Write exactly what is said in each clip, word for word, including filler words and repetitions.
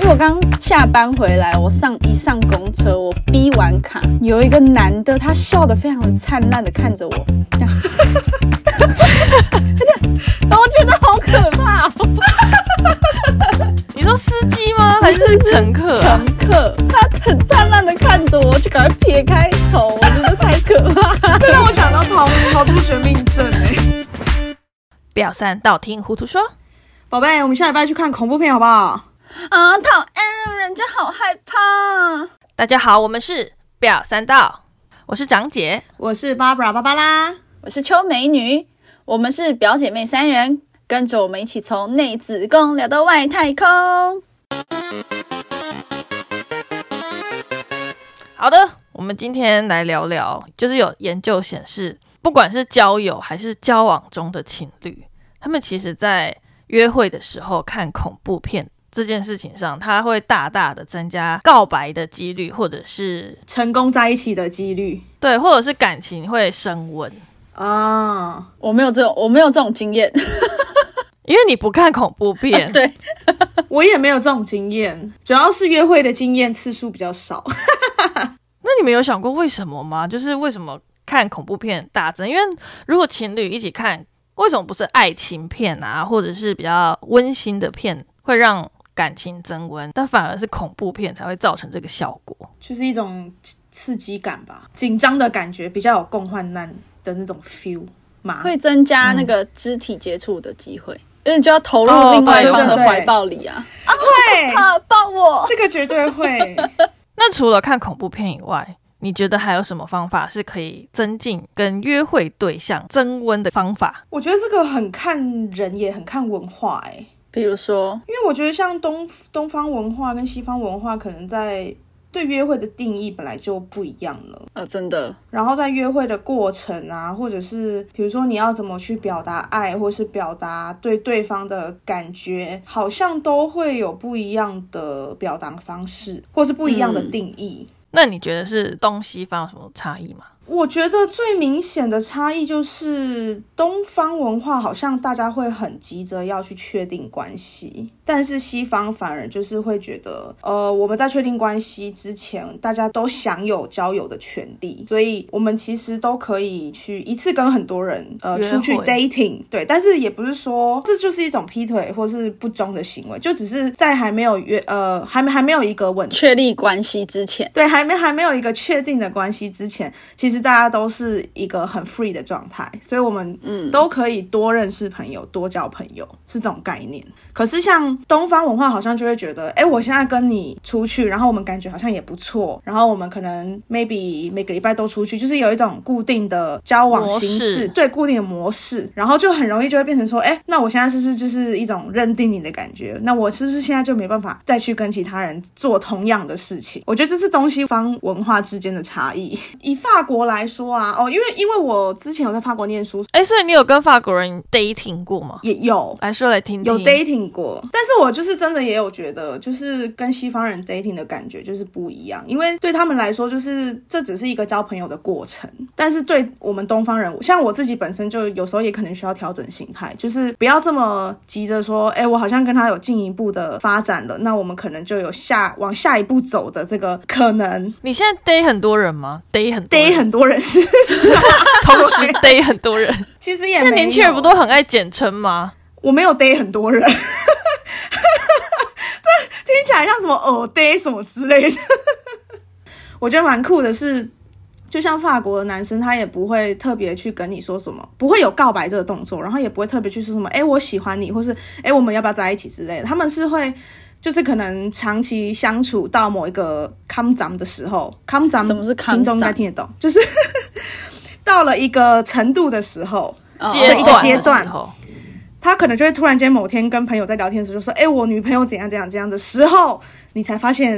我刚下班回来，我上一上公车，我逼完卡，有一个男的，他笑得非常的灿烂的看着我，这样，他这样，然后我觉得好可怕哦。 你说司机吗？还是乘客、啊？ 乘客，他很灿烂的看着我，就赶快撇开头，我觉得太可怕。 这让我想到逃逃出绝命镇哎、欸。 表三道听糊涂说， 宝贝，我们下礼拜去看恐怖片好不好？ 啊，讨厌，人家好害怕。 大家好，我们是表三道，我是长姐， 我是 Barbara 芭芭拉， 我是秋美女，我们是表姐妹三人，跟着我们一起从内子宫聊到外太空。 好的，我们今天来聊聊，就是有研究显示，不管是交友还是交往中的情侣，他们其实在约会的时候看恐怖片这件事情上，它会大大的增加告白的几率，或者是成功在一起的几率， 对，或者是感情会升温啊。 我没有这种，我没有这种经验， 因为你不看恐怖片。 对， 我也没有这种经验，主要是约会的经验次数比较少。 那你们有想过为什么吗？就是为什么看恐怖片大增？因为如果情侣一起看，为什么不是爱情片啊，或者是比较温馨的片会让感情增温，但反而是恐怖片才会造成这个效果？ 就是一种刺激感吧，紧张的感觉，比较有共患难的那种 feel 嘛， 会增加那个肢体接触的机会，因为你就要投入另外一方的怀抱里啊。 啊，会， 啊，抱我， 这个绝对会。 那除了看恐怖片以外，你觉得还有什么方法是可以增进跟约会对象增温的方法？ 我觉得这个很看人，也很看文化哎、欸。 比如说， 因为我觉得像东东方文化跟西方文化，可能在对约会的定义本来就不一样了。 呃、哦，真的。 然后在约会的过程啊，或者是比如说你要怎么去表达爱，或是表达对对方的感觉，好像都会有不一样的表达方式，或是不一样的定义。嗯， 那你觉得是东西方有什么差异吗？ 我觉得最明显的差异就是东方文化好像大家会很急着要去确定关系，但是西方反而就是会觉得呃，我们在确定关系之前大家都享有交友的权利，所以我们其实都可以去一次跟很多人呃出去 dating， 对，但是也不是说这就是一种劈腿或是不忠的行为，就只是在还没有约呃还没还没有一个稳确立关系之前， 对，还没还没有一个确定的关系之前，其实大家都是一个很 free 的状态，所以我们都可以多认识朋友，多交朋友，是这种概念。可是像东方文化好像就会觉得，哎，我现在跟你出去，然后我们感觉好像也不错，然后我们可能 maybe 每个礼拜都出去，就是有一种固定的交往形式，对，固定的模式，然后就很容易就会变成说，哎，那我现在是不是就是一种认定你的感觉？那我是不是现在就没办法再去跟其他人做同样的事情？我觉得这是东西方文化之间的差异。以法国来说啊，哦，因为因为我之前有在法国念书， 哎，所以你有跟法国人 dating 过吗？ 也有， 来说来听听。 有 dating 过，但是我就是真的也有觉得，就是跟西方人 dating 的感觉就是不一样，因为对他们来说，就是这只是一个交朋友的过程，但是对我们东方人，像我自己本身就有时候也可能需要调整心态，就是不要这么急着说，哎，我好像跟他有进一步的发展了，那我们可能就有下往下一步走的这个可能。 你现在 date 很多人吗？ date 很多人 date 很多人是啥？ 同时 date 很多人， 其实也没有。 现在年轻人不都很爱简称吗？ 我没有 date 很多人，这听起来像什么偶 date 什么之类的。我觉得蛮酷的是，就像法国的男生，他也不会特别去跟你说什么，不会有告白这个动作，然后也不会特别去说什么，哎，我喜欢你，或是哎，我们要不要在一起之类的。他们是会。就是可能长期相处到某一个康展的时候，康展什么是康展？ 听众应该听得懂，就是到了一个程度的时候， 哦、 的一个阶段，他可能就会突然间某天跟朋友在聊天的时候就说：“哎、欸，我女朋友怎样怎样怎样的时候，你才发现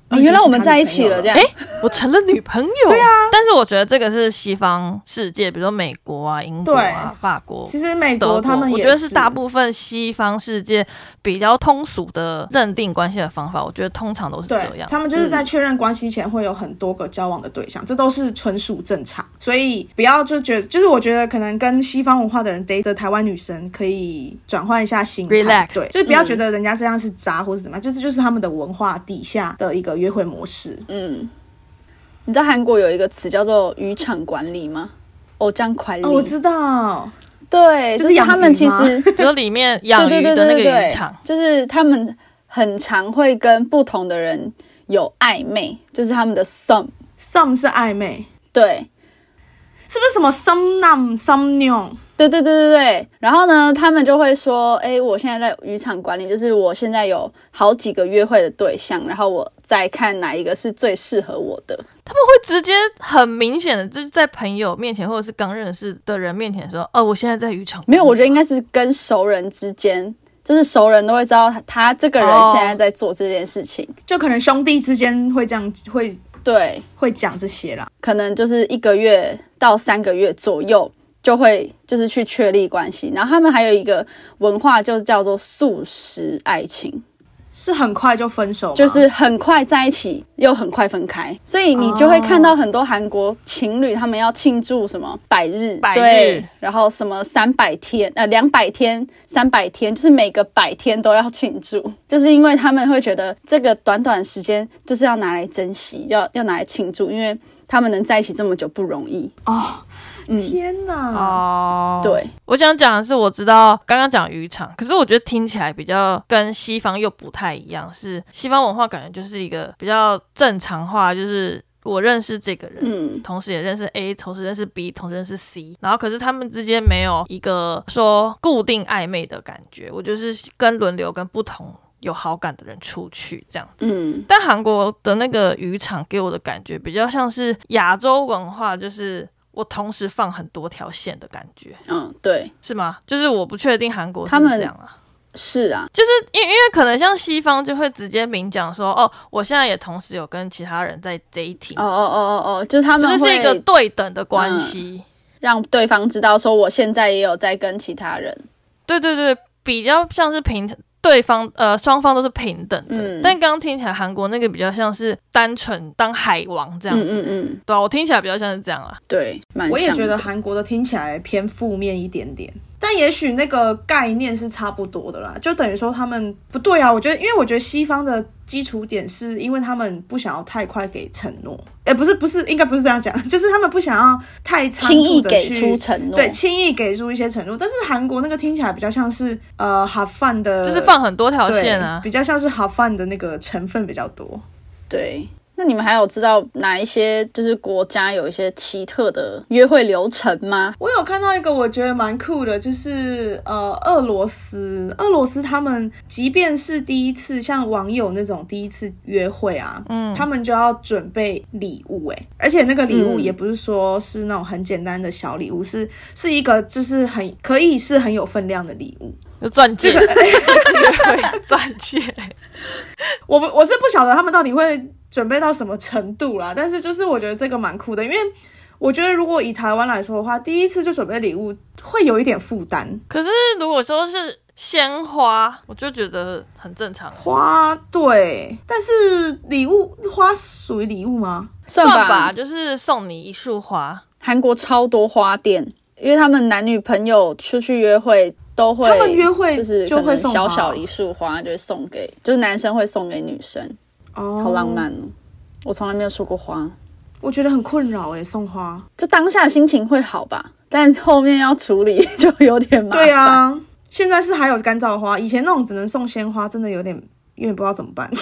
哦，原来我们在一起了，这样。 哎，我成了女朋友。 对啊， 但是我觉得这个是西方世界，比如说美国啊、英国啊、法国， 其实美国他们也是， 我觉得是大部分西方世界比较通俗的认定关系的方法。我觉得通常都是这样， 他们就是在确认关系前会有很多个交往的对象，嗯、这都是纯属正常。所以不要就觉得，就是我觉得可能跟西方文化的人 date 的台湾女生可以转换一下心态 ，relax， 对，就是不要觉得人家这样是渣或是怎么样，嗯、就是就是他们的文化底下的一个约会模式。 嗯，你知道韩国有一个词叫做渔场管理吗？偶像管理、 哦，我知道。 对，就是他们其实就里面养鱼的那个渔场， 就是他们很常会跟不同的人有暧昧，就是他们的 some some 是暧昧， 对， 是不是什么 some nam some nyong？ 对对对对对，然后呢，他们就会说，哎，我现在在渔场管理，就是我现在有好几个约会的对象，然后我再看哪一个是最适合我的。 他们会直接很明显的，就是在朋友面前或者是刚认识的人面前说，哦，我现在在渔场管理。 没有，我觉得应该是跟熟人之间，就是熟人都会知道他这个人现在在做这件事情，哦、 就可能兄弟之间会这样会。 对， 会讲这些啦， 可能就是一个月到三个月左右就会就是去确立关系，然后他们还有一个文化就叫做速食爱情， 是很快就分手吗？ 就是很快在一起又很快分开，所以你就会看到很多韩国情侣他们要庆祝什么百日， 百日对，然后什么三百天呃两百天三百天，就是每个百天都要庆祝，就是因为他们会觉得这个短短时间就是要拿来珍惜，要要拿来庆祝，因为他们能在一起这么久不容易哦。嗯、天哪！ 哦， 对， 我想讲的是，我知道刚刚讲渔场，可是我觉得听起来比较跟西方又不太一样，是西方文化感觉就是一个比较正常化，就是我认识这个人，嗯，同时也认识 A， 同时认识 B， 同时认识 C， 然后可是他们之间没有一个说固定暧昧的感觉，我就是跟轮流跟不同有好感的人出去这样子，嗯，但韩国的那个渔场给我的感觉比较像是亚洲文化，就是我同时放很多条线的感觉， 嗯，对， 是吗？就是我不确定韩国是不是这样啊。 是啊， 就是因为因为可能像西方就会直接明讲说，哦，我现在也同时有跟其他人在 dating， 哦哦哦哦哦，就是他们会就是一个对等的关系，嗯， 让对方知道说我现在也有在跟其他人， 对对对，比较像是平对方呃双方都是平等的，嗯，但刚刚听起来韩国那个比较像是单纯当海王这样子，嗯嗯嗯，对啊，我听起来比较像是这样啊， 对，蛮像的。 我也觉得韩国的听起来偏负面一点点。但也许那个概念是差不多的啦，就等于说他们不对啊。我觉得，因为我觉得西方的基础点是因为他们不想要太快给承诺，哎，不是不是，应该不是这样讲，就是他们不想要太仓促的去轻易给出承诺， 对，轻易给出一些承诺。但是韩国那个听起来比较像是呃 have fun 的， 就是放很多条线啊， 比较像是 have fun 的那个成分比较多， 对。那你们还有知道哪一些就是国家有一些奇特的约会流程吗？ 我有看到一个我觉得蛮酷的，就是呃俄罗斯，俄罗斯他们即便是第一次像网友那种第一次约会啊，嗯，他们就要准备礼物哎，而且那个礼物也不是说是那种很简单的小礼物，嗯、是是一个就是很可以是很有分量的礼物。 有钻戒，钻戒。 我我是不晓得他们到底会准备到什么程度啦，但是就是我觉得这个蛮酷的，因为我觉得如果以台湾来说的话，第一次就准备礼物会有一点负担。 可是如果说是鲜花，我就觉得很正常。 花对，但是礼物花属于礼物吗？ 算吧， 吧就是送你一束花。 韩国超多花店，因为他们男女朋友出去约会。都会， 他们约会就是可能小小一束花就会送给，就是男生会送给女生，哦，好浪漫哦！我从来没有收过花， 我觉得很困扰哎，送花， 就当下心情会好吧，但后面要处理就有点麻烦。 对啊，现在是还有干燥花，以前那种只能送鲜花，真的有点有点不知道怎么办。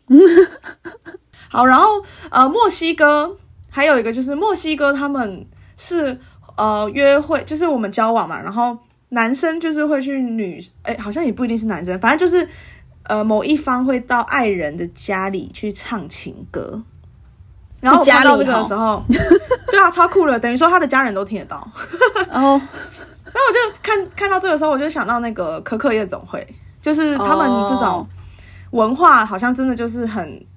好，然后呃，墨西哥还有一个就是墨西哥他们是呃约会，就是我们交往嘛，然后。男生就是会去女，哎，好像也不一定是男生，反正就是，呃，某一方会到爱人的家里去唱情歌，然后我看到这个的时候，对啊，超酷的，等于说他的家人都听得到。哦，那我就看看到这个时候，我就想到那个可可夜总会，就是他们这种文化好像真的就是很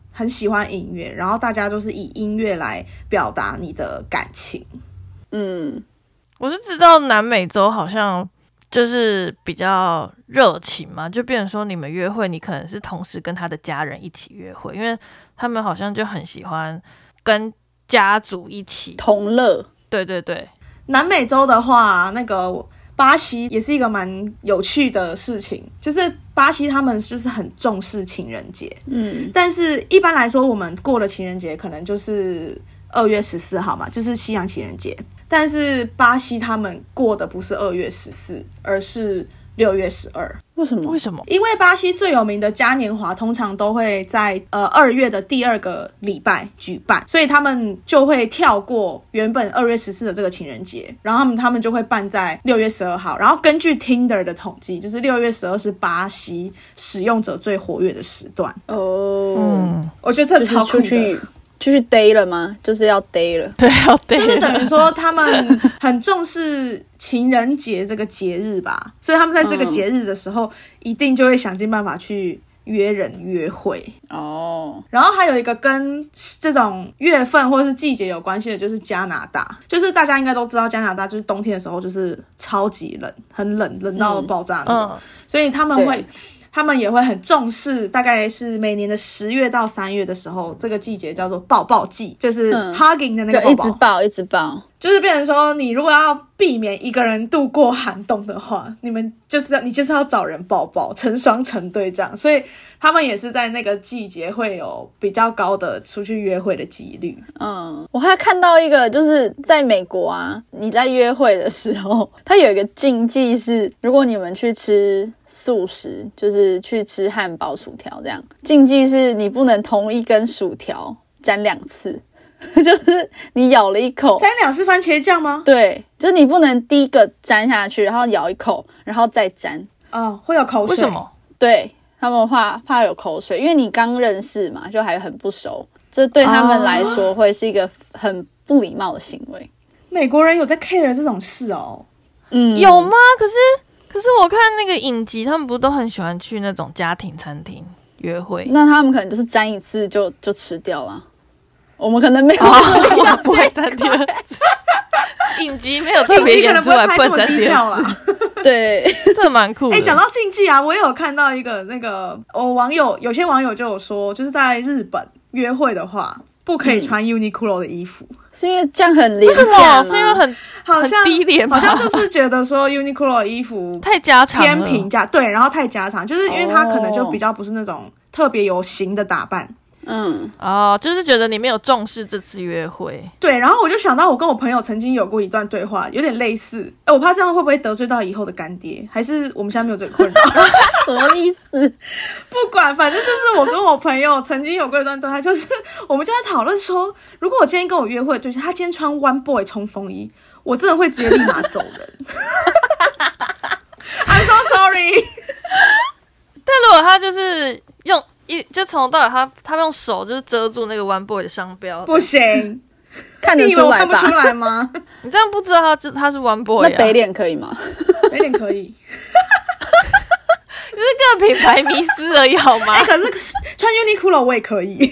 很喜欢音乐，然后大家都是以音乐来表达你的感情。 嗯， 我是知道南美洲好像就是比较热情嘛，就变成说你们约会，你可能是同时跟他的家人一起约会，因为他们好像就很喜欢跟家族一起同乐。 对对对， 南美洲的话，那个巴西也是一个蛮有趣的事情，就是巴西他们就是很重视情人节， 嗯， 但是一般来说我们过的情人节可能就是二月十四号嘛，就是西洋情人节，但是巴西他们过的不是二月十四，而是六月十二。 为什么？ 为什么？ 因为巴西最有名的嘉年华通常都会在呃二月的第二个礼拜举办，所以他们就会跳过原本二月十四的这个情人节，然后他们他们就会办在六月十二号。然后根据 Tinder 的统计，就是六月十二是巴西使用者最活跃的时段。 哦， 嗯， 我觉得这超酷的。 就是出去出去 day 了吗？就是要 day 了。 对，要 day 就是等于说他们很重视情人节这个节日吧，所以他们在这个节日的时候，一定就会想尽办法去约人约会。 哦， 然后还有一个跟这种月份或是季节有关系的，就是加拿大。就是大家应该都知道，加拿大就是冬天的时候就是超级冷，很冷，冷到爆炸那种， 嗯， 所以他们会。他们也会很重视，大概是每年的十月到三月的时候，这个季节叫做抱抱季，就是 hugging 的那个抱抱， 就一直抱一直抱， 就是变成说，你如果要避免一个人度过寒冬的话，你们就是要你就是要找人抱抱，成双成对这样，所以他们也是在那个季节会有比较高的出去约会的几率。 嗯，我还看到一个，就是在美国啊，你在约会的时候，它有一个禁忌是，如果你们去吃素食，就是去吃汉堡、薯条这样，禁忌是你不能同一根薯条沾两次。就是你咬了一口， 沾两是番茄酱吗？ 对，就是你不能第一个沾下去，然后咬一口，然后再沾。 哦，会有口水。 为什么？ 对，他们怕怕有口水，因为你刚认识嘛，就还很不熟，这对他们来说会是一个很不礼貌的行为。 美国人有在 care 这种事哦？ 嗯， 有吗？可是可是我看那个影集，他们不都很喜欢去那种家庭餐厅约会？ 那他们可能就是沾一次就就吃掉了。我们可能没有注意到不会沾第二次，影集没有特别演出来不能沾第二次。 对， 这蛮酷的。 哎、欸，讲到禁忌啊，我也有看到一个那个，我网友有些网友就有说，就是在日本约会的话，不可以穿 Uniqlo 的衣服， 嗯、是因为这样很廉为什么？ 价吗？ 是因为很好像很低廉吗？ 好像就是觉得说 Uniqlo 的衣服太家常了， 偏平价，对，然后太家常，就是因为它可能就比较不是那种特别有型的打扮。 嗯， 哦，就是觉得你没有重视这次约会。 对，然后我就想到我跟我朋友曾经有过一段对话，有点类似。哎，我怕这样会不会得罪到以后的干爹？还是我们现在没有这个困扰？ 什么意思？ 不管，反正就是我跟我朋友曾经有过一段对话，就是我们就在讨论说，如果我今天跟我约会的对象，他今天穿 One Boy 冲锋衣，我真的会直接立马走人。I'm so sorry。 但如果他就是用。一就从头到尾他他用手就是遮住那个 One Boy 的商标， 不行， 看得出来吧？ 你以为我看不出来吗？ 你这样不知道他就他是 One Boy 啊？ 那北脸可以吗？ 北脸可以， 你是个品牌迷思而已好吗？ 欸、可是穿 Uniqlo 我也可以。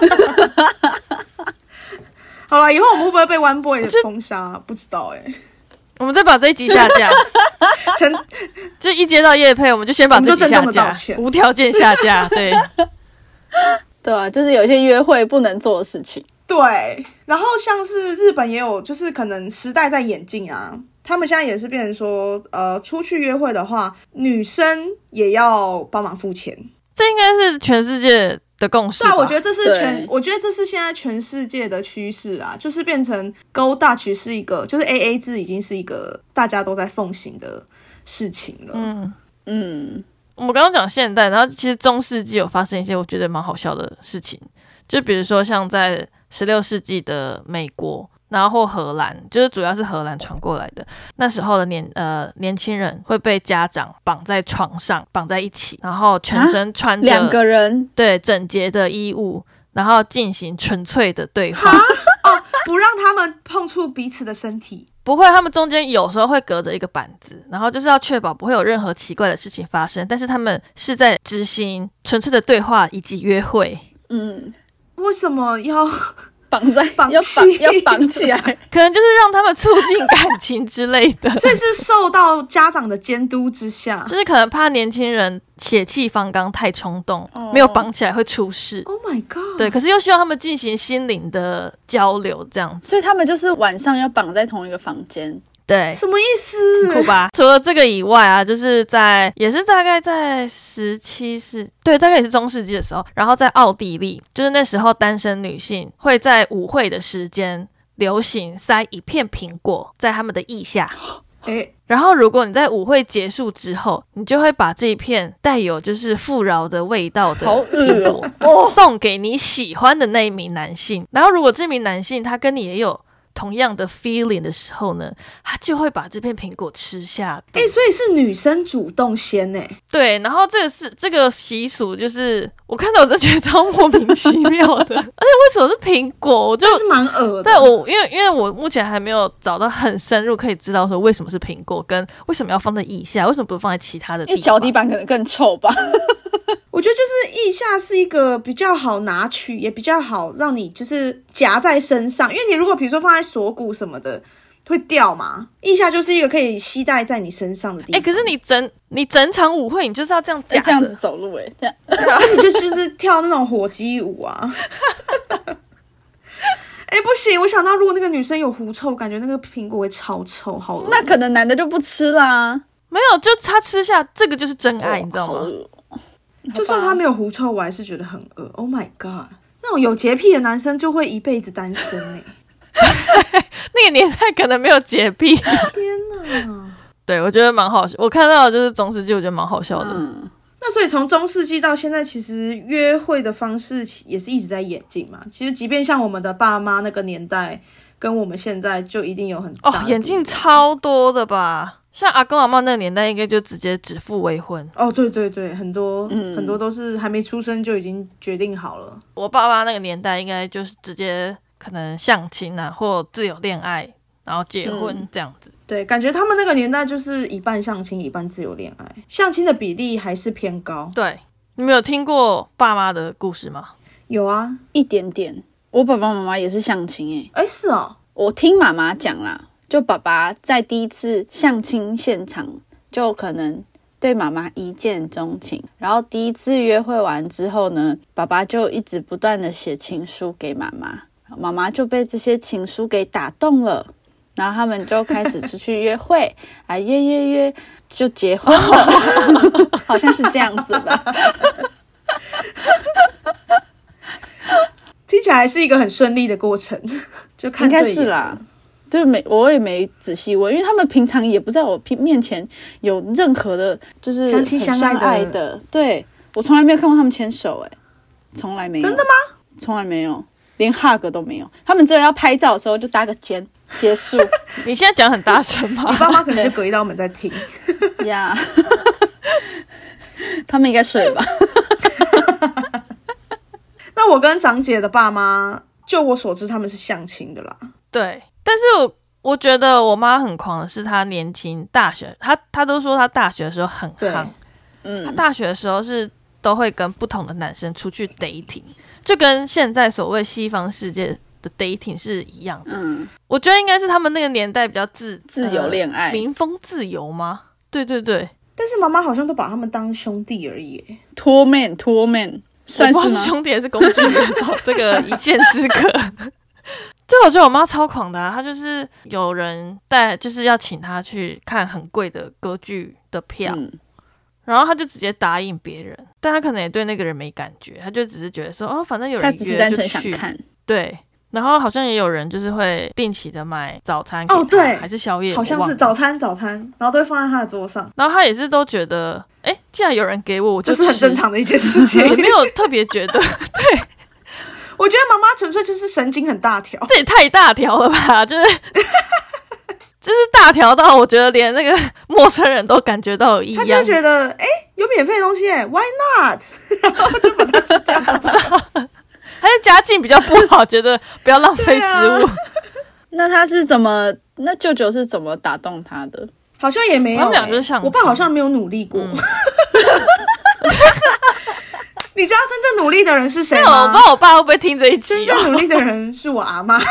好了，以后我们会不会被 One Boy 的封杀？不知道哎、欸。 我们再把这一集下架，就一接到业配，我们就先把这一集下架，无条件下架。对， 对啊，就是有一些约会不能做的事情。 对，然后像是日本也有，就是可能时代在演进啊，他们现在也是变成说，呃，出去约会的话，女生也要帮忙付钱。 这应该是全世界的共识吧。 对啊，我觉得这是全，我觉得这是现在全世界的趋势啊，就是变成 Go Dutch 是一个，就是 A A 制已经是一个大家都在奉行的事情了。 嗯嗯， 我们刚刚讲现代，然后其实中世纪有发生一些我觉得蛮好笑的事情，就比如说像在十六世纪的美国。然后或荷兰，就是主要是荷兰传过来的。那时候的年呃年轻人会被家长绑在床上，绑在一起，然后全身穿着两个人对整洁的衣物，然后进行纯粹的对话。 哦，不让他们碰触彼此的身体。 不会，他们中间有时候会隔着一个板子，然后就是要确保不会有任何奇怪的事情发生。但是他们是在执行纯粹的对话以及约会。 嗯。 为什么要绑在绑要绑起要绑起来？ 可能就是让他们促进感情之类的， 所以是受到家长的监督之下， 就是可能怕年轻人血气方刚太冲动， 哦没有绑起来会出事。 Oh my god！ 对，可是又希望他们进行心灵的交流，这样子。 所以他们就是晚上要绑在同一个房间。 对， 什么意思？ 酷吧？除了这个以外啊，就是在也是大概在十七世，对，大概也是中世纪的时候，然后在奥地利，就是那时候单身女性会在舞会的时间流行塞一片苹果在他们的腋下。 哎， 然后，如果你在舞会结束之后，你就会把这一片带有就是富饶的味道的好苹恶果哦！ 送给你喜欢的那一名男性。然后，如果这名男性他跟你也有同样的 feeling 的时候呢，他就会把这片苹果吃下。 哎、欸，所以是女生主动先呢、欸？ 对，然后这个是这个习俗，就是我看到我就觉得超莫名其妙的，而且为什么是苹果？我就但是蛮恶的。 对，我因为因为我目前还没有找到很深入可以知道说为什么是苹果，跟为什么要放在腋下，为什么不放在其他的地方？ 因为脚底板可能更臭吧。 我觉得就是腋下是一个比较好拿取，也比较好让你就是夹在身上，因为你如果比如说放在锁骨什么的会掉嘛，腋下就是一个可以携带在你身上的地方。 哎、欸，可是你整你整场舞会你就是要这样夹着、 这样子走路、欸，哎，这样， 然后你就就是跳那种火鸡舞啊。哎、欸，不行！我想到如果那个女生有狐臭，感觉那个苹果会超臭，好恶。 那可能男的就不吃啦。 没有，就他吃下这个就是真爱，哦、你知道吗？ 就算他没有狐臭，我还是觉得很恶。Oh my god！ 那种有洁癖的男生就会一辈子单身哎、 欸。那个年代可能没有洁癖。 天哪！ 对，我觉得蛮好笑。我看到的就是中世纪，我觉得蛮好笑的。 嗯， 那所以从中世纪到现在，其实约会的方式也是一直在演进嘛。其实即便像我们的爸妈那个年代，跟我们现在就一定有很大的哦，演进超多的吧。像阿公阿嬷那个年代，应该就直接指腹为婚。 哦，对对对，很多、 嗯、 很多都是还没出生就已经决定好了。 我爸爸那个年代，应该就是直接可能相亲啊，或自由恋爱，然后结婚这样子。 嗯、对，感觉他们那个年代就是一半相亲，一半自由恋爱，相亲的比例还是偏高。 对，你们有听过爸妈的故事吗？ 有啊， 一点点。我爸爸妈妈也是相亲诶、 欸。哎，是哦， 我听妈妈讲啦。就爸爸在第一次相亲现场，就可能对妈妈一见钟情，然后第一次约会完之后呢，爸爸就一直不断的写情书给妈妈，妈妈就被这些情书给打动了，然后他们就开始出去约会，啊约约约就结婚了，好像是这样子吧。 听起来是一个很顺利的过程，就看对眼应该是啦。就没我也没仔细问，因为他们平常也不在我面前有任何的，就是相亲相爱的。的对，我从来没有看过他们牵手、欸，哎，从来没有。 真的吗？ 从来没有，连 hug 都没有。他们只有要拍照的时候就搭个肩结束。 你现在讲很大声吗？ 你爸妈可能就隔一道门在听。 呀， yeah 他们应该睡了吧？ 那我跟长姐的爸妈，就我所知，他们是相亲的啦。 对。但是我我觉得我妈很狂的是，她年轻大学，她她都说她大学的时候很夯，嗯，她大学的时候是都会跟不同的男生出去 dating， 就跟现在所谓西方世界的 dating 是一样的。嗯，我觉得应该是他们那个年代比较自自由恋爱， 呃、民风自由吗？对对对。 但是妈妈好像都把他们当兄弟而已， 托妹托妹，算是吗？ 兄弟也是工具人，这个一线之隔。就我觉得我妈超狂的、啊，她就是有人带，就是要请她去看很贵的歌剧的票，嗯、然后她就直接答应别人，但她可能也对那个人没感觉，她就只是觉得说，哦，反正有人约就去， 她只是单纯想看， 对。然后好像也有人就是会定期的买早餐给她， 哦，对， 还是宵夜， 好像是早餐，早餐，然后都会放在她的桌上， 然后她也是都觉得，哎，既然有人给我，我就这是很正常的一件事情， 也没有特别觉得，对。 我觉得妈妈纯粹就是神经很大条， 这也太大条了吧！就是就是大条到我觉得连那个陌生人都感觉到有异样。 他就觉得哎、欸，有免费的东西 ，Why not？ 然后就把它吃掉了。 还是家境比较不好，觉得不要浪费食物。 啊、 那他是怎么？那舅舅是怎么打动他的？ 好像也没有、欸， 他们俩就是相亲。 我爸好像没有努力过。嗯你知道真正努力的人是谁没有，我不吗？ 知道我爸会不会听这一集、哦。 真正努力的人是我阿嬷。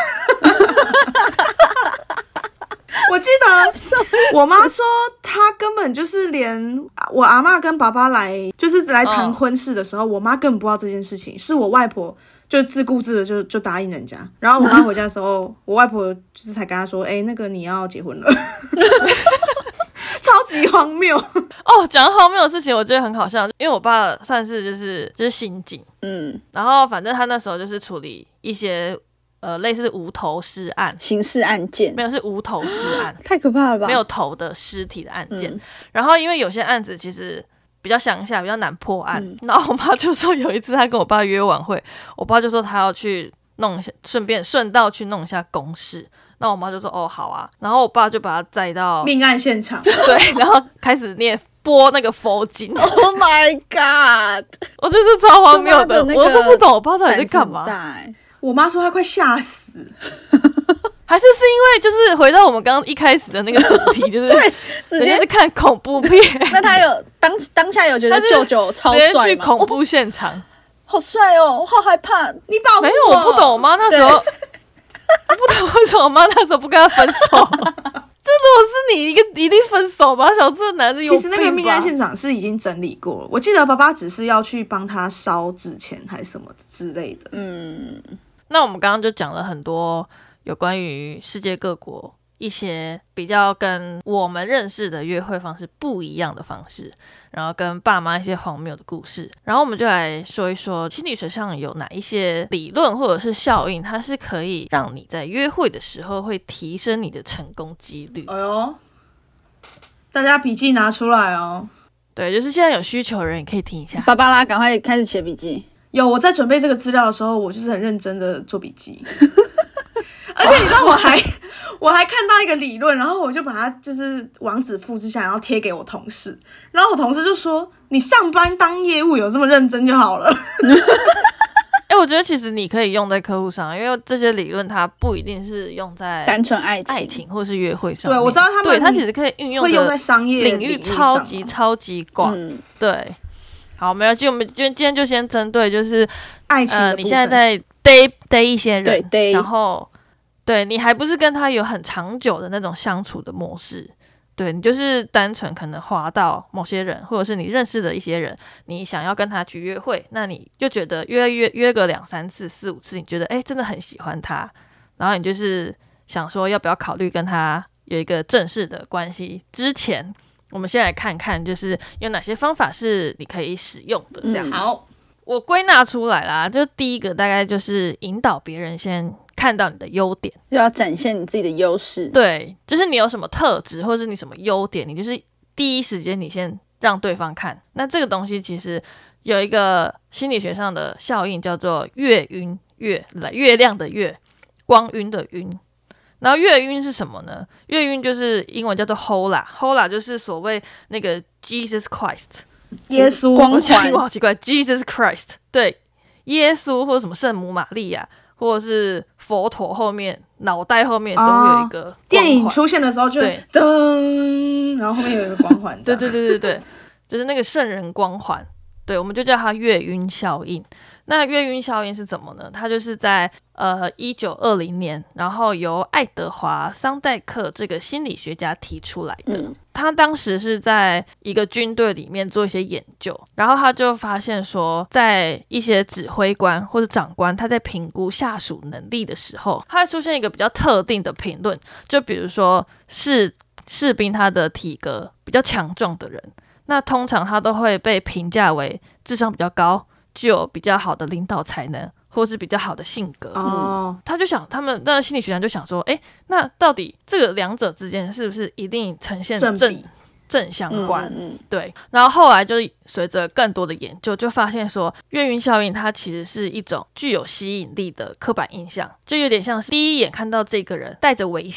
我记得我妈说，她根本就是连我阿嬷跟爸爸来，就是来谈婚事的时候，哦、我妈根本不知道这件事情，是我外婆就自顾自的就就答应人家。然后我妈回家的时候，我外婆就是才跟她说：“哎、欸，那个你要结婚了。”超级荒谬哦！讲荒谬的事情，我觉得很好笑，因为我爸算是就是就是刑警，嗯，然后反正他那时候就是处理一些。呃，类似无头尸案、 刑事案件， 没有是无头尸案， 太可怕了吧？ 没有头的尸体的案件。嗯、然后因为有些案子其实比较乡下，比较难破案。嗯、然后我妈就说有一次她跟我爸约晚会，我爸就说他要去弄一下，顺便顺道去弄一下公事。那我妈就说哦好啊，然后我爸就把他载到命案现场， 对，然后开始念播那个佛经。 Oh my god！ 我觉得这超荒谬的，我都不懂我爸到底在干嘛。 我妈说她快吓死， 还是是因为就是回到我们刚刚一开始的那个主题，就是对，直接是看恐怖片。 那他有当当下有觉得舅舅超帅吗？ 直接去恐怖现场，哦、 好帅哦，我好害怕！ 你保护我。 没有，我不懂我妈那时候，我不懂为什么我妈那时候不跟他分手。这如果是你，一个一定分手吧？小这男的有病吧？ 其实那个命案现场是已经整理过了，我记得爸爸只是要去帮他烧纸钱还是什么之类的。 嗯。那我们刚刚就讲了很多有关于世界各国一些比较跟我们认识的约会方式不一样的方式，然后跟爸妈一些荒谬的故事，然后我们就来说一说心理学上有哪一些理论或者是效应，它是可以让你在约会的时候会提升你的成功几率。 哎呦，大家笔记拿出来哦。 对，就是现在有需求的人也可以听一下。 芭芭拉，赶快开始写笔记。 有，我在准备这个资料的时候，我就是很认真的做笔记，而且你知道我还我还看到一个理论，然后我就把它就是网址复制下来，然后贴给我同事，然后我同事就说：“你上班当业务有这么认真就好了。” 哎、欸，我觉得其实你可以用在客户上，因为这些理论它不一定是用在单纯爱情、 爱情或是约会上面。 对，我知道他们对它其实可以运用会用在商业领域超级超级广。嗯，对。好，没关系，我们今天就先针对就是爱情的部分、 呃、你现在在 date date 一些人， 对 date， 然后对你还不是跟他有很长久的那种相处的模式，对你就是单纯可能滑到某些人，或者是你认识的一些人，你想要跟他去约会，那你就觉得约约约个两三次、四五次，你觉得哎真的很喜欢他，然后你就是想说要不要考虑跟他有一个正式的关系之前。我们先来看看，就是有哪些方法是你可以使用的。这样、 嗯、好， 我归纳出来啦。就第一个大概就是引导别人先看到你的优点， 就要展现你自己的优势。 对，就是你有什么特质，或者是你什么优点，你就是第一时间你先让对方看。那这个东西其实有一个心理学上的效应，叫做月晕月，月亮的月，光晕的晕。然后月晕是什么呢？月晕就是英文叫做 Hola，Hola 就是所谓那个 Jesus Christ， 耶稣光环， 好奇怪 ，Jesus Christ， 对，耶稣或者什么圣母玛利亚，或者是佛陀后面脑袋后面都有一个光环、哦、 电影出现的时候就噔，然后后面有一个光环， 对对对对对，就是那个圣人光环，对，我们就叫它月晕效应。那月晕效应是怎么呢？它就是在呃一九二零年，然后由爱德华桑代克这个心理学家提出来的。嗯、他当时是在一个军队里面做一些研究，然后他就发现说，在一些指挥官或者长官他在评估下属能力的时候，他会出现一个比较特定的评论，就比如说士士兵他的体格比较强壮的人，那通常他都会被评价为智商比较高，具有比较好的领导才能，或是比较好的性格。哦、嗯，他就想，他们那心理学家就想说，哎，那到底这个两者之间是不是一定呈现正正正相关？嗯嗯，对。然后后来就随着更多的研究，就发现说，月晕效应它其实是一种具有吸引力的刻板印象，就有点像是第一眼看到这个人带着微笑。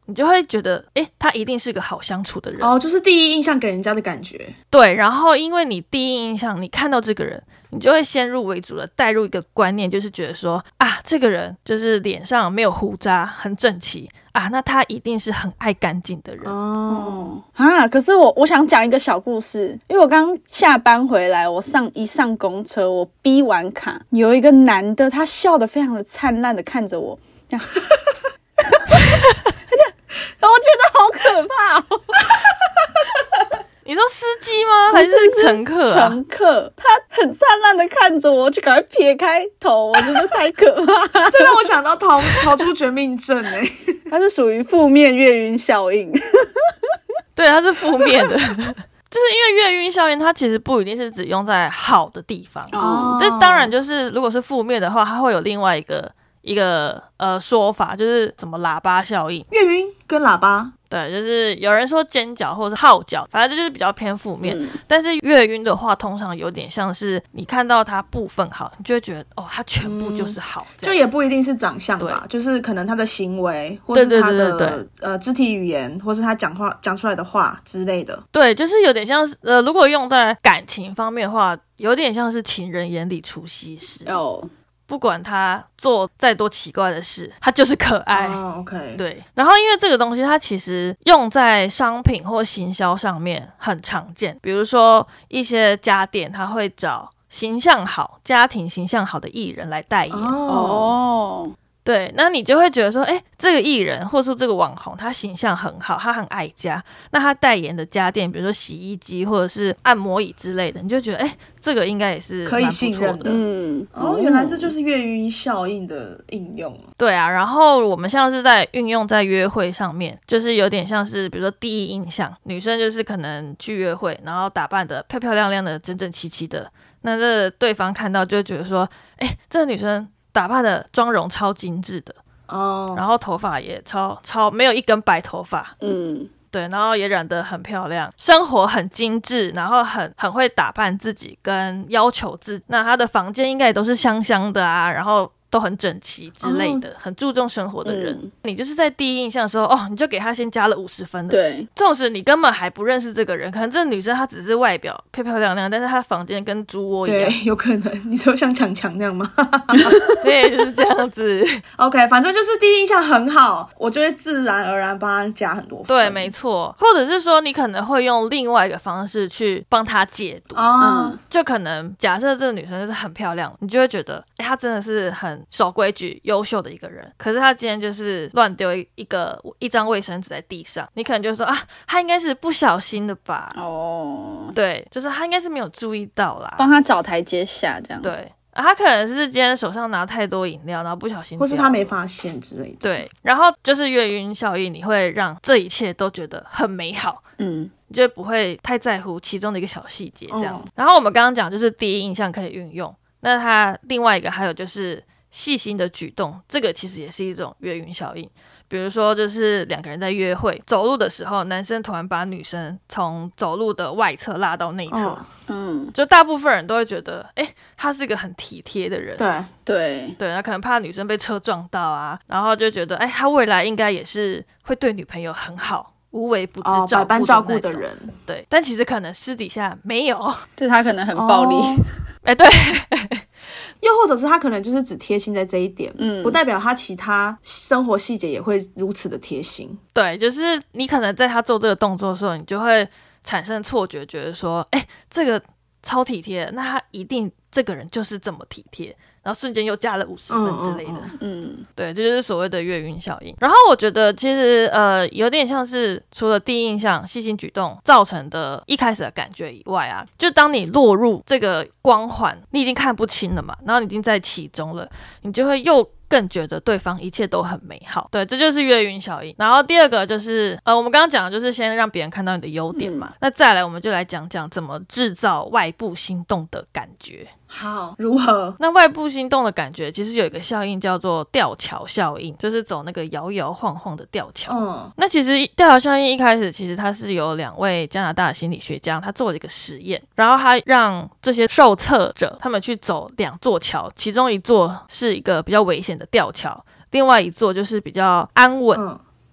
你就会觉得，哎，他一定是个好相处的人。 哦，就是第一印象给人家的感觉。 对，然后因为你第一印象，你看到这个人，你就会先入为主的带入一个观念，就是觉得说啊，这个人就是脸上没有胡渣，很整齐啊，那他一定是很爱干净的人。 哦啊！可是我我想讲一个小故事，因为我刚下班回来，我上一上公车，我逼完卡，有一个男的，他笑得非常的灿烂的看着我，这样，他这样，然后我觉得好可怕哦。 你说司机吗？还是乘客啊？ 乘客，他很灿烂的看着我，就赶快撇开头，我觉得太可怕了。 这让我想到逃逃出绝命镇哎、欸， 它是属于负面月晕效应。 对，它是负面的。就是因为月晕效应，它其实不一定是只用在好的地方。 哦这当然就是如果是负面的话，它会有另外一个一个呃说法，就是什么喇叭效应。 月晕跟喇叭。 对，就是有人说尖角或者是号角，反正这就是比较偏负面。 嗯、 但是月晕的话，通常有点像是你看到它部分好，你就会觉得哦，它全部就是好、嗯， 就也不一定是长相吧，就是可能他的行为，或是他的对对对对呃肢体语言，或是他讲话讲出来的话之类的。 对，就是有点像是呃，如果用在感情方面的话，有点像是情人眼里出西施。 哦。 不管他做再多奇怪的事，他就是可爱。 哦、OK， 对。然后因为这个东西，它其实用在商品或行销上面很常见，比如说一些家电，他会找形象好、家庭形象好的艺人来代言。 哦。 对，那你就会觉得说，哎，这个艺人或是这个网红，他形象很好，他很爱家，那他代言的家电，比如说洗衣机或者是按摩椅之类的，你就觉得，哎，这个应该也是可以信任的。 嗯， 哦，原来这就是月晕效应的应用。 对啊，然后我们像是在运用在约会上面，就是有点像是，比如说第一印象，女生就是可能去约会，然后打扮的漂漂亮亮的、整整齐齐的，那这对方看到就会觉得说，哎，这个女生打扮的妆容超精致的哦， 然后头发也超超没有一根白头发， 嗯， 对，然后也染得很漂亮，生活很精致，然后很很会打扮自己跟要求自己，那她的房间应该也都是香香的啊，然后都很整齐之类的，哦、很注重生活的人、嗯，你就是在第一印象的时候，哦，你就给他先加了五十分的。 对， 纵使你根本还不认识这个人，可能这个女生她只是外表漂漂亮亮，但是她房间跟猪窝一样。 对，有可能。你说像强强那样吗？ 对，就是这样子。 OK， 反正就是第一印象很好，我就会自然而然帮他加很多分。 对，没错。或者是说，你可能会用另外一个方式去帮他解读。 哦、 嗯，就可能假设这个女生就是很漂亮，你就会觉得，哎，她真的是很守规矩、优秀的一个人。可是她今天就是乱丢一个一张卫生纸在地上，你可能就说啊，她应该是不小心的吧？ 哦， 对，就是她应该是没有注意到啦， 帮她找台阶下这样子。 对。啊、他可能是今天手上拿太多饮料，然后不小心， 或是他没发现之类的。 对，然后就是月晕效应，你会让这一切都觉得很美好， 嗯， 你就不会太在乎其中的一个小细节这样、 哦。 然后我们刚刚讲就是第一印象可以运用，那它另外一个还有就是细心的举动，这个其实也是一种月晕效应。比如说就是两个人在约会走路的时候，男生突然把女生从走路的外侧拉到内侧、哦、 嗯， 就大部分人都会觉得哎，他是一个很体贴的人。 对对对，他可能怕女生被车撞到啊，然后就觉得哎，他未来应该也是会对女朋友很好，无微不至照顾的那种、 哦、百般照顾的人。 对，但其实可能私底下没有， 就他可能很暴力。 哎、哦，对。 又或者是他可能就是只贴心在这一点， 嗯， 不代表他其他生活细节也会如此的贴心。 对，就是你可能在他做这个动作的时候，你就会产生错觉，觉得说，哎，这个超体贴，那他一定这个人就是这么体贴，然后瞬间又加了五十分之类的。 嗯, 嗯， 对，这就是所谓的月晕效应。然后我觉得其实呃有点像是除了第一印象、细心举动造成的一开始的感觉以外啊，就当你落入这个光环，你已经看不清了嘛，然后你已经在其中了，你就会又更觉得对方一切都很美好。对，这就是月晕效应。然后第二个就是呃我们刚刚讲的就是先让别人看到你的优点嘛、嗯、那再来我们就来讲讲怎么制造外部心动的感觉。 好，如何？ 那外部心动的感觉其实有一个效应叫做吊桥效应，就是走那个摇摇晃晃的吊桥。 嗯， 那其实吊桥效应一开始其实它是有两位加拿大的心理学家，他做了一个实验，然后他让这些受测者他们去走两座桥，其中一座是一个比较危险的吊桥，另外一座就是比较安稳、 嗯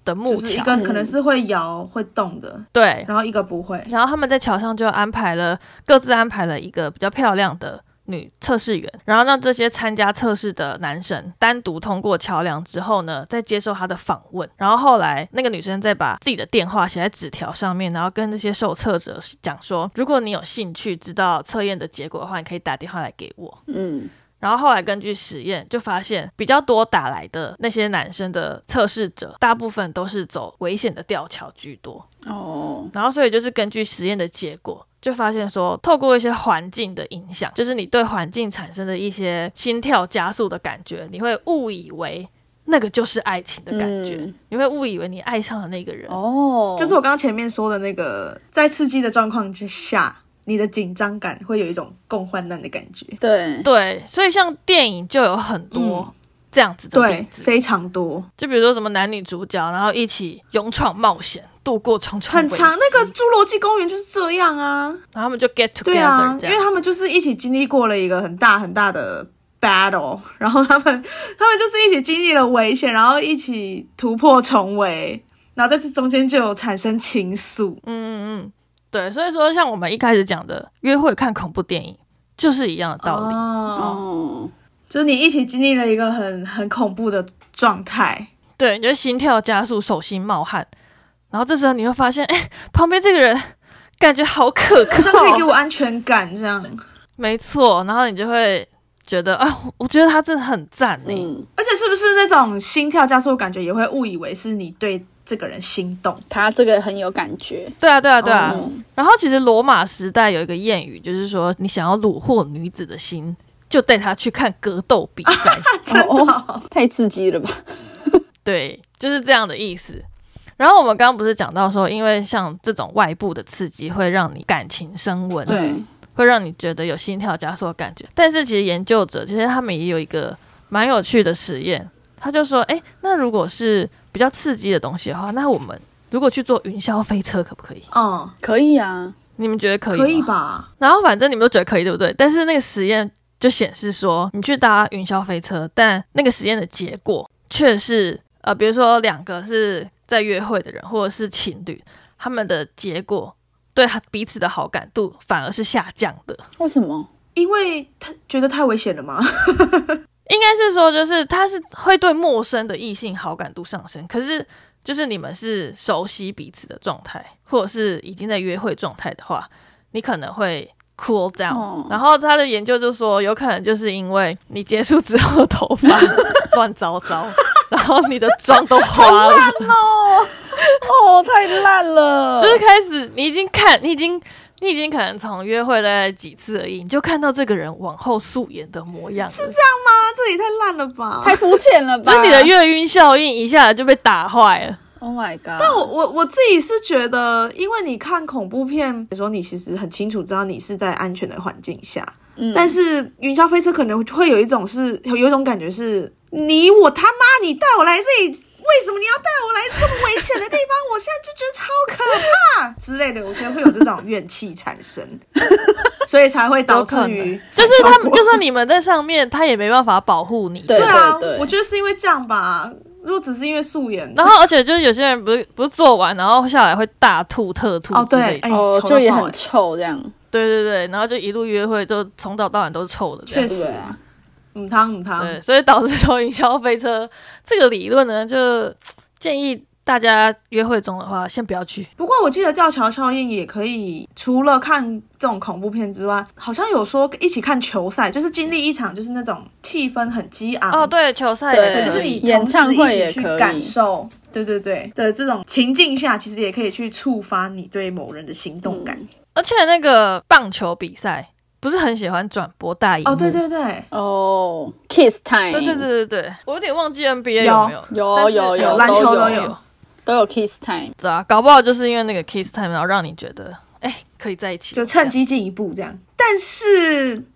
的木桥， 就是一个可能是会摇会动的， 对， 然后一个不会。 然后他们在桥上就安排了各自安排了一个比较漂亮的女测试员，然后让这些参加测试的男生单独通过桥梁之后呢，再接受他的访问。然后后来那个女生再把自己的电话写在纸条上面，然后跟这些受测者讲说，如果你有兴趣知道测验的结果的话，你可以打电话来给我。 嗯， 然后后来根据实验就发现，比较多打来的那些男生的测试者，大部分都是走危险的吊桥居多。 哦， 然后所以就是根据实验的结果，就发现说，透过一些环境的影响，就是你对环境产生的一些心跳加速的感觉，你会误以为那个就是爱情的感觉，嗯、你会误以为你爱上了那个人。 哦， 就是我刚刚前面说的那个，在刺激的状况之下，你的紧张感会有一种共患难的感觉。 对对，所以像电影就有很多这样子的例子， 对，非常多。 就比如说什么男女主角，然后一起勇闯冒险，度过重重危机， 很长。那个《侏罗纪公园》就是这样啊， 然后他们就 get together， 对啊， 这样因为他们就是一起经历过了一个很大很大的 battle， 然后他们他们就是一起经历了危险，然后一起突破重围，然后在这中间就有产生情愫。 嗯嗯嗯，对，所以说像我们一开始讲的，约会看恐怖电影就是一样的道理。 哦，就是你一起经历了一个很很恐怖的状态， 对，你就心跳加速，手心冒汗，然后这时候你会发现，哎，旁边这个人感觉好可靠， 好像可以给我安全感这样。 没错，然后你就会觉得啊，我觉得他真的很赞呢、 嗯。 而且是不是那种心跳加速的感觉，也会误以为是你对这个人心动？ 他这个很有感觉。 对啊，对啊，对啊。 哦、 然后其实罗马时代有一个谚语，就是说你想要虏获女子的心，就带她去看格斗比赛。 真的、哦哦，太刺激了吧？ 对，就是这样的意思。然后我们刚刚不是讲到说，因为像这种外部的刺激会让你感情升温， 对， 会让你觉得有心跳加速的感觉。但是其实研究者其实他们也有一个蛮有趣的实验，他就说，哎，那如果是比较刺激的东西的话，那我们如果去坐云霄飞车可不可以？ 嗯， 可以啊。 你们觉得可以吗？ 可以吧？ 然后反正你们都觉得可以，对不对？但是那个实验就显示说，你去搭云霄飞车，但那个实验的结果却是，呃，比如说两个是在约会的人，或者是情侣，他们的结果对彼此的好感度反而是下降的。 为什么？ 因为他觉得太危险了吗？ 应该是说，就是他是会对陌生的异性好感度上升，可是就是你们是熟悉彼此的状态，或者是已经在约会状态的话，你可能会cool down、哦、然后他的研究就说，有可能就是因为你结束之后的头发乱糟糟，然后你的妆都花了， 好烂哦， 哦，太烂了， 就是开始你已经看，你已经。你已经可能从约会大概几次而已，你就看到这个人往后素颜的模样， 是这样吗？这也太烂了吧， 太肤浅了吧！ 就是你的月晕效应一下子就被打坏了。 Oh my god！ 但我我我自己是觉得，因为你看恐怖片的时候，你其实很清楚知道你是在安全的环境下，嗯，但是云霄飞车可能会有一种是有一种感觉是，你我他妈你带我来这里。为什么你要带我来这么危险的地方？我现在就觉得超可怕之类的，我觉得会有这种怨气产生，所以才会导致于就是他们，就算你们在上面，他也没办法保护你。 对啊， 对对， 我觉得是因为这样吧。如果只是因为素颜， 然后而且就是有些人不是不是做完然后下来会大吐特吐哦，对，哎、欸， 哦，就也很臭这样。 对对对，然后就一路约会都从早到晚都是臭的， 确实。母汤母汤， 对，所以导致说云霄飞车这个理论呢，就建议大家约会中的话，先不要去。 不过我记得吊桥效应也可以，除了看这种恐怖片之外，好像有说一起看球赛，就是经历一场就是那种气氛很激昂哦，对，球赛对， 对，就是你演唱会也可以去感受，对对对的这种情境下，其实也可以去触发你对某人的心动感。 嗯、而且那个棒球比赛。不是很喜欢转播大荧幕哦，对对对， 哦 ，Kiss Time， 对对对对对，我有点忘记 N B A 有有没有， 有有有， 篮球都有， 都有 Kiss Time， 对啊，搞不好就是因为那个 Kiss Time， 然后让你觉得，哎，可以在一起， 就趁机进一步这样。但是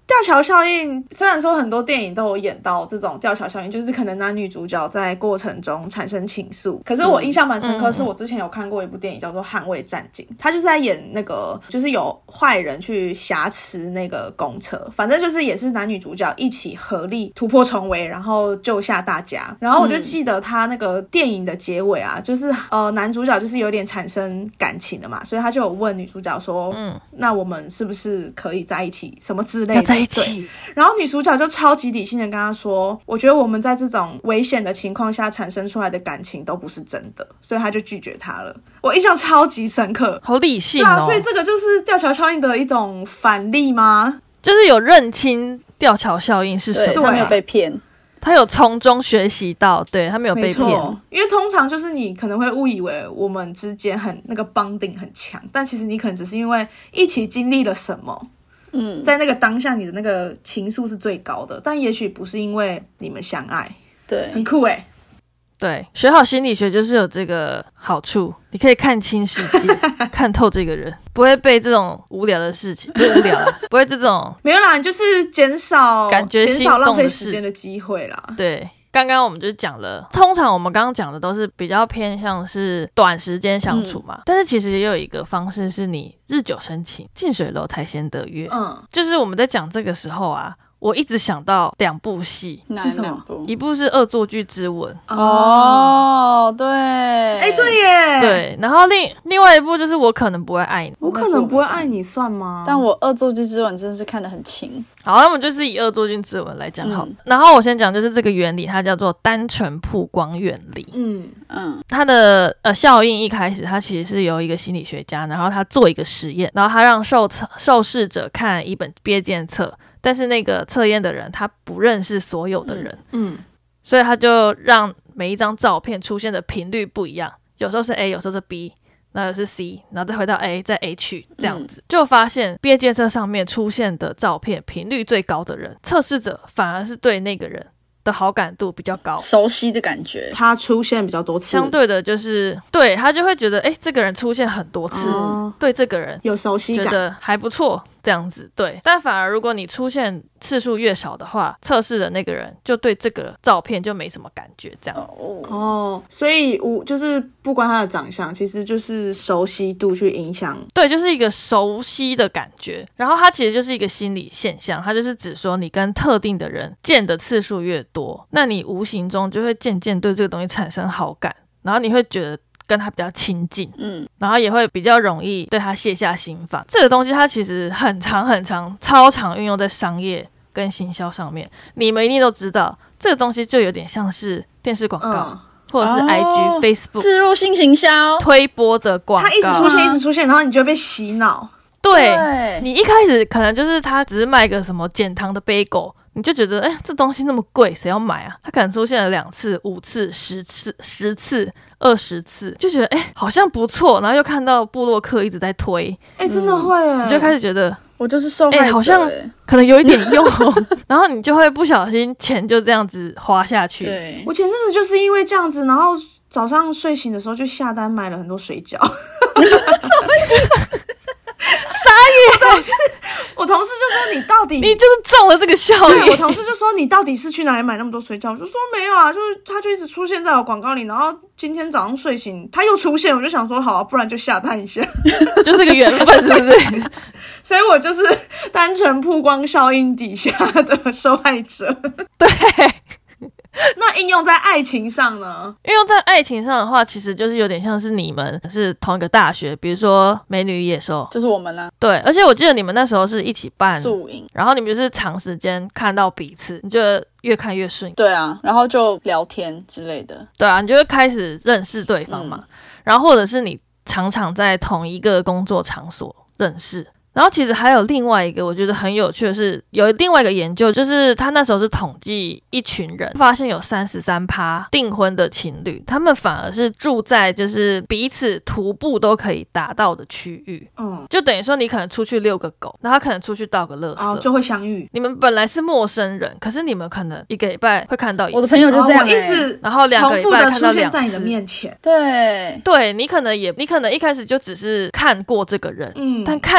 吊桥效应虽然说很多电影都有演到这种吊桥效应，就是可能男女主角在过程中产生情愫，可是我印象蛮深刻，是我之前有看过一部电影叫做《捍卫战警》，他就是在演那个就是有坏人去挟持那个公车，反正就是也是男女主角一起合力突破重围，然后救下大家。然后我就记得他那个电影的结尾啊，就是呃男主角就是有点产生感情了嘛，所以他就有问女主角说，嗯，那我们是不是可以在一起什么之类的， 要在一起。 然后女主角就超级理性的跟他说，我觉得我们在这种危险的情况下产生出来的感情都不是真的，所以他就拒绝他了。我印象超级深刻， 好理性哦。 对啊，所以这个就是吊桥效应的一种反例吗？ 就是有认清吊桥效应是什么， 他没有被骗， 他有从中学习到，对，他没有被骗。 因为通常就是你可能会误以为我们之间很那个 bonding 很强，但其实你可能只是因为一起经历了什么，嗯，在那个当下你的那个情愫是最高的，但也许不是因为你们相爱。 对， 很酷欸。 对，学好心理学就是有这个好处，你可以看清世界看透这个人，不会被这种无聊的事情，不是无聊啦，不会这种没有啦，你就是减少感觉减少浪费时间的机会啦。 对，刚刚我们就讲了，通常我们刚刚讲的都是比较偏向是短时间相处嘛，嗯、但是其实也有一个方式是你日久生情，近水楼台先得月。嗯，就是我们在讲这个时候啊，我一直想到两部戏， 是什么？ 一部是《恶作剧之吻》 哦，对， 哎、欸，对耶， 对，然后另另外一部就是我可能不会爱你， 我可能不会爱你算吗？ 但我《恶作剧之吻》真的是看得很清。 好，那我们就是以《恶作剧之吻》来讲好、嗯，然后我先讲就是这个原理，它叫做单纯曝光原理。嗯嗯，它的呃效应一开始，它其实是由一个心理学家，然后他做一个实验，然后他让受受试者看一本憋监测。但是那个测验的人他不认识所有的人，嗯，嗯所以他就让每一张照片出现的频率不一样，有时候是 A， 有时候是 B， 然后是 C， 然后再回到 A， 再 H 这样子，嗯、就发现憋监测上面出现的照片频率最高的人，测试者反而是对那个人的好感度比较高， 熟悉的感觉， 他出现比较多次， 相对的就是对他就会觉得，哎，这个人出现很多次，哦、对这个人有熟悉感， 觉得还不错。这样子对，但反而如果你出现次数越少的话，测试的那个人就对这个照片就没什么感觉，这样哦，所以无就是不管他的长相，其实就是熟悉度去影响， 对，就是一个熟悉的感觉。然后它其实就是一个心理现象，它就是指说你跟特定的人见的次数越多，那你无形中就会渐渐对这个东西产生好感，然后你会觉得跟他比较亲近，嗯，然后也会比较容易对他卸下心防。这个东西它其实很长很长，超常运用在商业跟行销上面。你们一定都知道，这个东西就有点像是电视广告，嗯、或者是 I G、Facebook 置入性行销推播的广告， 它一直出现，一直出现，然后你就会被洗脑。 对，对你一开始可能就是他只是卖个什么减糖的杯狗。你就觉得，哎、欸，这东西那么贵，谁要买啊？它可能出现了两次、五次、十次、十次、二十次，就觉得，哎、欸，好像不错。然后又看到部落客一直在推， 哎、欸，真的会耶， 你就开始觉得， 我就是受害者，哎、欸， 好像可能有一点用，然后你就会不小心钱就这样子花下去。 对， 我前阵子就是因为这样子，然后早上睡醒的时候就下单买了很多水饺。傻眼！我同事，我同事就说你到底， 你就是中了这个效应。 对，我同事就说你到底是去哪里买那么多水饺？我就说没有啊，就是他就一直出现在我广告里，然后今天早上睡醒他又出现，我就想说好啊，不然就下单一下， 就是个缘分，是不是？ 所以我就是单纯曝光效应底下的受害者。 对。 那应用在爱情上呢？ 应用在爱情上的话，其实就是有点像是你们是同一个大学，比如说《美女与野兽》， 就是我们啊。 对，而且我记得你们那时候是一起办宿营， 然后你们就是长时间看到彼此，你觉得越看越顺。 对啊，然后就聊天之类的。 对啊，你就会开始认识对方嘛。嗯、然后或者是你常常在同一个工作场所认识。然后其实还有另外一个我觉得很有趣的是，有另外一个研究，就是他那时候是统计一群人，发现有 百分之三十三 订婚的情侣，他们反而是住在就是彼此徒步都可以达到的区域。嗯，就等于说你可能出去遛个狗，然后他可能出去倒个垃圾， 哦，就会相遇。 你们本来是陌生人，可是你们可能一个礼拜会看到一次。 我的朋友就这样、欸， 哦、我一直然后两个礼拜看到两次，重复的出现在你的面前。 对， 对你可能也你可能一开始就只是看过这个人，嗯，但看久了。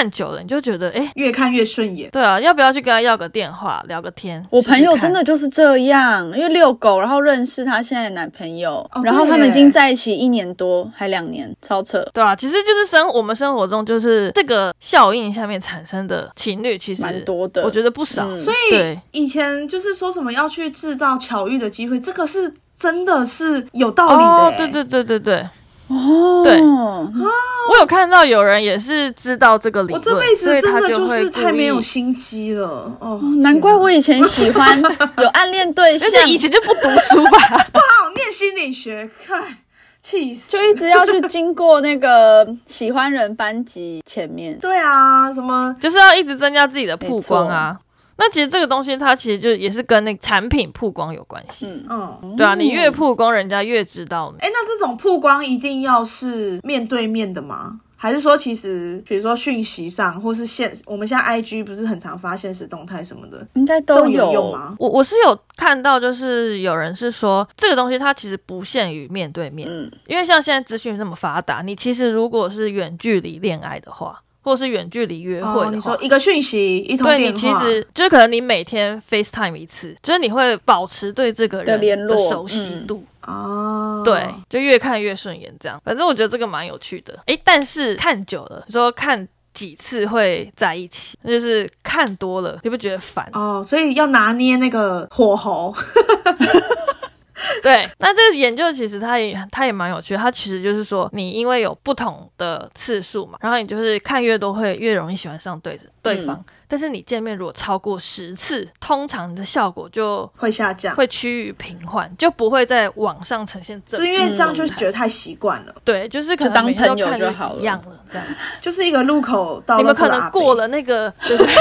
就觉得哎， 越看越顺眼。 对啊，要不要去跟他要个电话聊个天？ 我朋友真的就是这样，因为遛狗，然后认识他现在的男朋友， 哦、 然后他们已经在一起一年多，还两年，超扯。 对啊，其实就是生我们生活中就是这个效应下面产生的情侣，其实蛮多的， 我觉得不少。嗯、 所以以前就是说什么要去制造巧遇的机会，这个是真的是有道理的、欸。 哦，对对对对对。 哦， 对，我有看到有人也是知道这个理论， 我这辈子真的就就是太没有心机了哦， 难怪我以前喜欢有暗恋对象， 而且以前就不读书吧， 不好念心理学，看气死， 就一直要去经过那个喜欢人班级前面。 对啊，什么就是要一直增加自己的曝光啊。那其实这个东西它其实就也是跟那个产品曝光有关系，嗯嗯，对啊，你越曝光人家越知道你。 哎，那这种曝光一定要是面对面的吗？还是说其实比如说讯息上或是现我们现在 I G 不是很常发现实动态什么的， 应该都有, 有用吗？ 我我是有看到，就是有人是说这个东西它其实不限于面对面，嗯，因为像现在资讯这么发达，你其实如果是远距离恋爱的话，或是远距离约会的话、哦、 你说一个讯息一通电话， 对，你其实就是可能你每天 FaceTime 一次，就是你会保持对这个人的联络熟悉度、 嗯、哦， 对，就越看越顺眼这样。反正我觉得这个蛮有趣的。诶，但是看久了，你说看几次会在一起，就是看多了你不觉得烦哦？所以要拿捏那个火候。 对，那这个研究其实它也它也蛮有趣的，它其实就是说你因为有不同的次数嘛，然后你就是看越多会越容易喜欢上对对方、嗯、但是你见面如果超过十次，通常你的效果就会下降， 会趋于平缓，就不会在网上呈现正。 是因为这样就觉得太习惯了、 嗯、对，就是可能每天都看就好了，一样了这样， 就是一个路口到了， 你们可能过了那个对对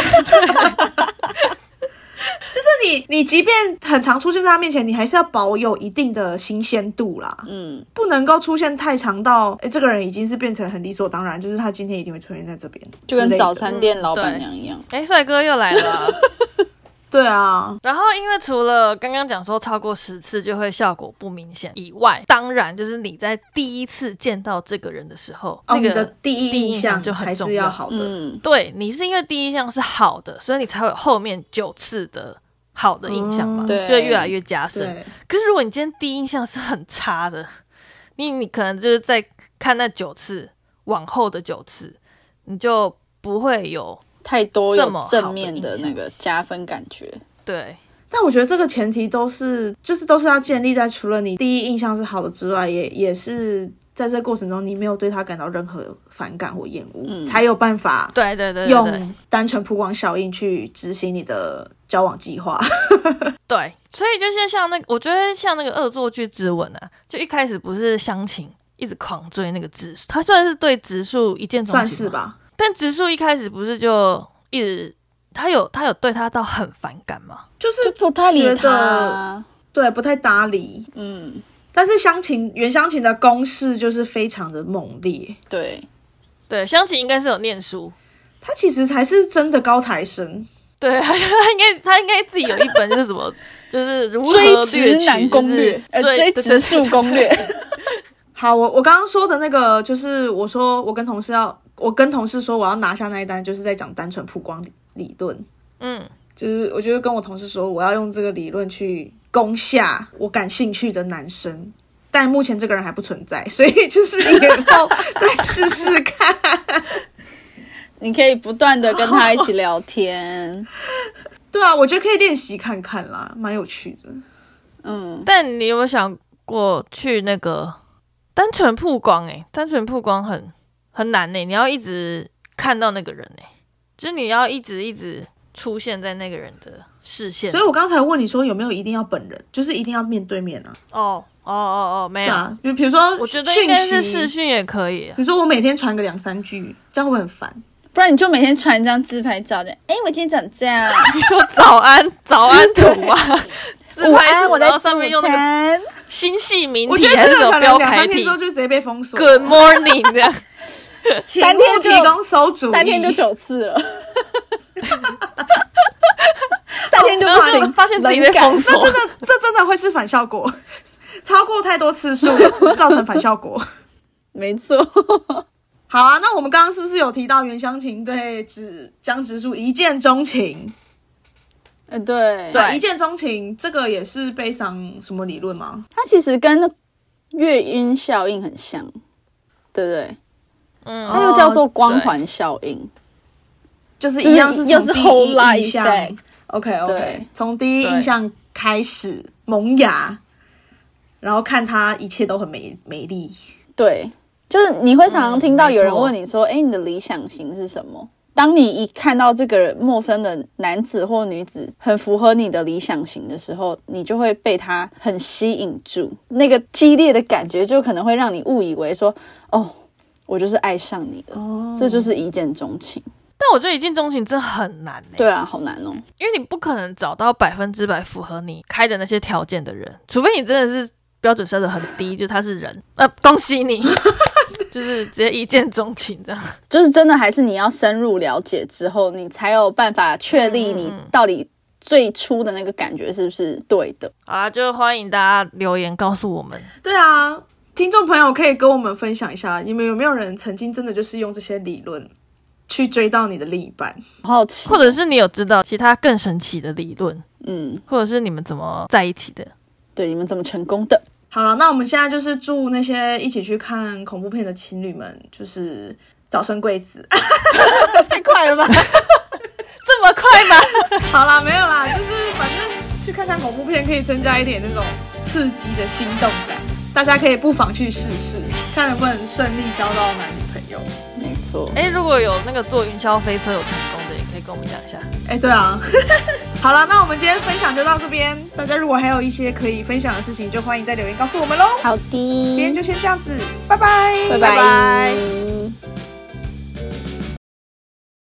就是你，你即便很常出现在他面前，你还是要保有一定的新鲜度啦。嗯，不能够出现太长到，哎，这个人已经是变成很理所当然，就是他今天一定会出现在这边， 就跟早餐店老板娘一样。 哎、嗯，帅哥又来了、啊。 对啊， 然后因为除了刚刚讲说超过十次就会效果不明显以外，当然就是你在第一次见到这个人的时候， 哦， 那个你的第一印象就很重要， 还是要好的。 嗯，对，你是因为第一印象是好的，所以你才会有后面九次的好的印象嘛， 嗯、 就会越来越加深。可是如果你今天第一印象是很差的，你你可能就是在看那九次往后的九次，你就不会有太多有正面的那个加分感觉。 对， 但我觉得这个前提都是，就是都是要建立在除了你第一印象是好的之外，也也是在这个过程中你没有对他感到任何反感或厌恶、嗯，才有办法对对对用单纯曝光效应去执行你的交往计划。 对，所以就是像那个，我觉得像那个恶作剧之吻啊，就一开始不是湘琴一直狂追那个直树，他算是对直树一见钟情， 算是吧。 但直树一开始不是就一直。他有他有对他到很反感吗？ 就是不太理他， 对，不太搭理。嗯，但是湘琴袁湘琴的攻势就是非常的猛烈。 对对，湘琴应该是有念书， 他其实才是真的高材生。 对，他应该他应该自己有一本就是什么，就是如何追直男攻略，呃，追直树攻略。 好，我我刚刚说的那个，就是我说我跟同事要，我跟同事说我要拿下那一单，就是在讲单纯曝光理论。嗯，就是我觉得跟我同事说我要用这个理论去攻下我感兴趣的男生，但目前这个人还不存在，所以就是以后再试试看。 你可以不断的跟他一起聊天。 对啊，我觉得可以练习看看啦，蛮有趣的。 嗯，但你有没有想过去那个单纯曝光、欸？哎，单纯曝光很很难呢、欸，你要一直看到那个人呢、欸，就是你要一直一直出现在那个人的视线。 所以我刚才问你说有没有一定要本人，就是一定要面对面啊？ 哦哦哦哦，没有。 啊，比如说， 我觉得应该是视讯也可以、啊。 比如说我每天传个两三句，这样会不会很烦？ 不然你就每天传一张自拍照的，哎，我今天长这样。 你说早安早安图啊， 午安，我在上面用那个星系名体还是什么标楷体？ 两三天之后就直接被封锁。 Good morning 这样， 三天提供馊主意， 三天就九次了。三天就不行， 发现自己被封锁， 这真的这真的会是反效果，超过太多次数造成反效果。 没错。 好啊，那我们刚刚是不是有提到袁湘琴对直江直树一见钟情？ 呃，对， 对，一见钟情这个也是悲伤什么理论吗？ 它其实跟月晕效应很像，对不对？嗯，它又叫做光环效应， 就是一样是从第一印象。 就是、 OK OK， 从第一印象开始萌芽，然后看他一切都很美美丽。 对，就是你会常常听到有人问你说：“哎、嗯，你的理想型是什么？”当你一看到这个陌生的男子或女子很符合你的理想型的时候，你就会被他很吸引住，那个激烈的感觉就可能会让你误以为说：“哦，我就是爱上你了。哦”这就是一见钟情。 但我觉得一见钟情真的很难、欸、 对啊，好难哦， 因为你不可能找到百分之百符合你开的那些条件的人，除非你真的是标准设的很低，就是他是人，呃，恭喜你。就是直接一见钟情这样， 就是真的还是你要深入了解之后，你才有办法确立你到底最初的那个感觉是不是对的。 好啊，就欢迎大家留言告诉我们。 对啊，听众朋友可以跟我们分享一下，你们有没有人曾经真的就是用这些理论去追到你的另一半？ 好奇， 或者是你有知道其他更神奇的理论，嗯，或者是你们怎么在一起的？ 对，你们怎么成功的？ 好了，那我们现在就是祝那些一起去看恐怖片的情侣们，就是早生贵子。 太快了吧？ 这么快吗？ 好啦，没有啦，就是反正去看看恐怖片可以增加一点那种刺激的心动感，大家可以不妨去试试，看能不能顺利交到男女朋友。 没错。 哎、欸，如果有那个坐云霄飞车有成功的，也可以跟我们讲一下。 哎、欸，对啊。好了，那我们今天分享就到这边。大家如果还有一些可以分享的事情，就欢迎在留言告诉我们喽。 好的，今天就先这样子，拜拜， 拜拜。拜拜。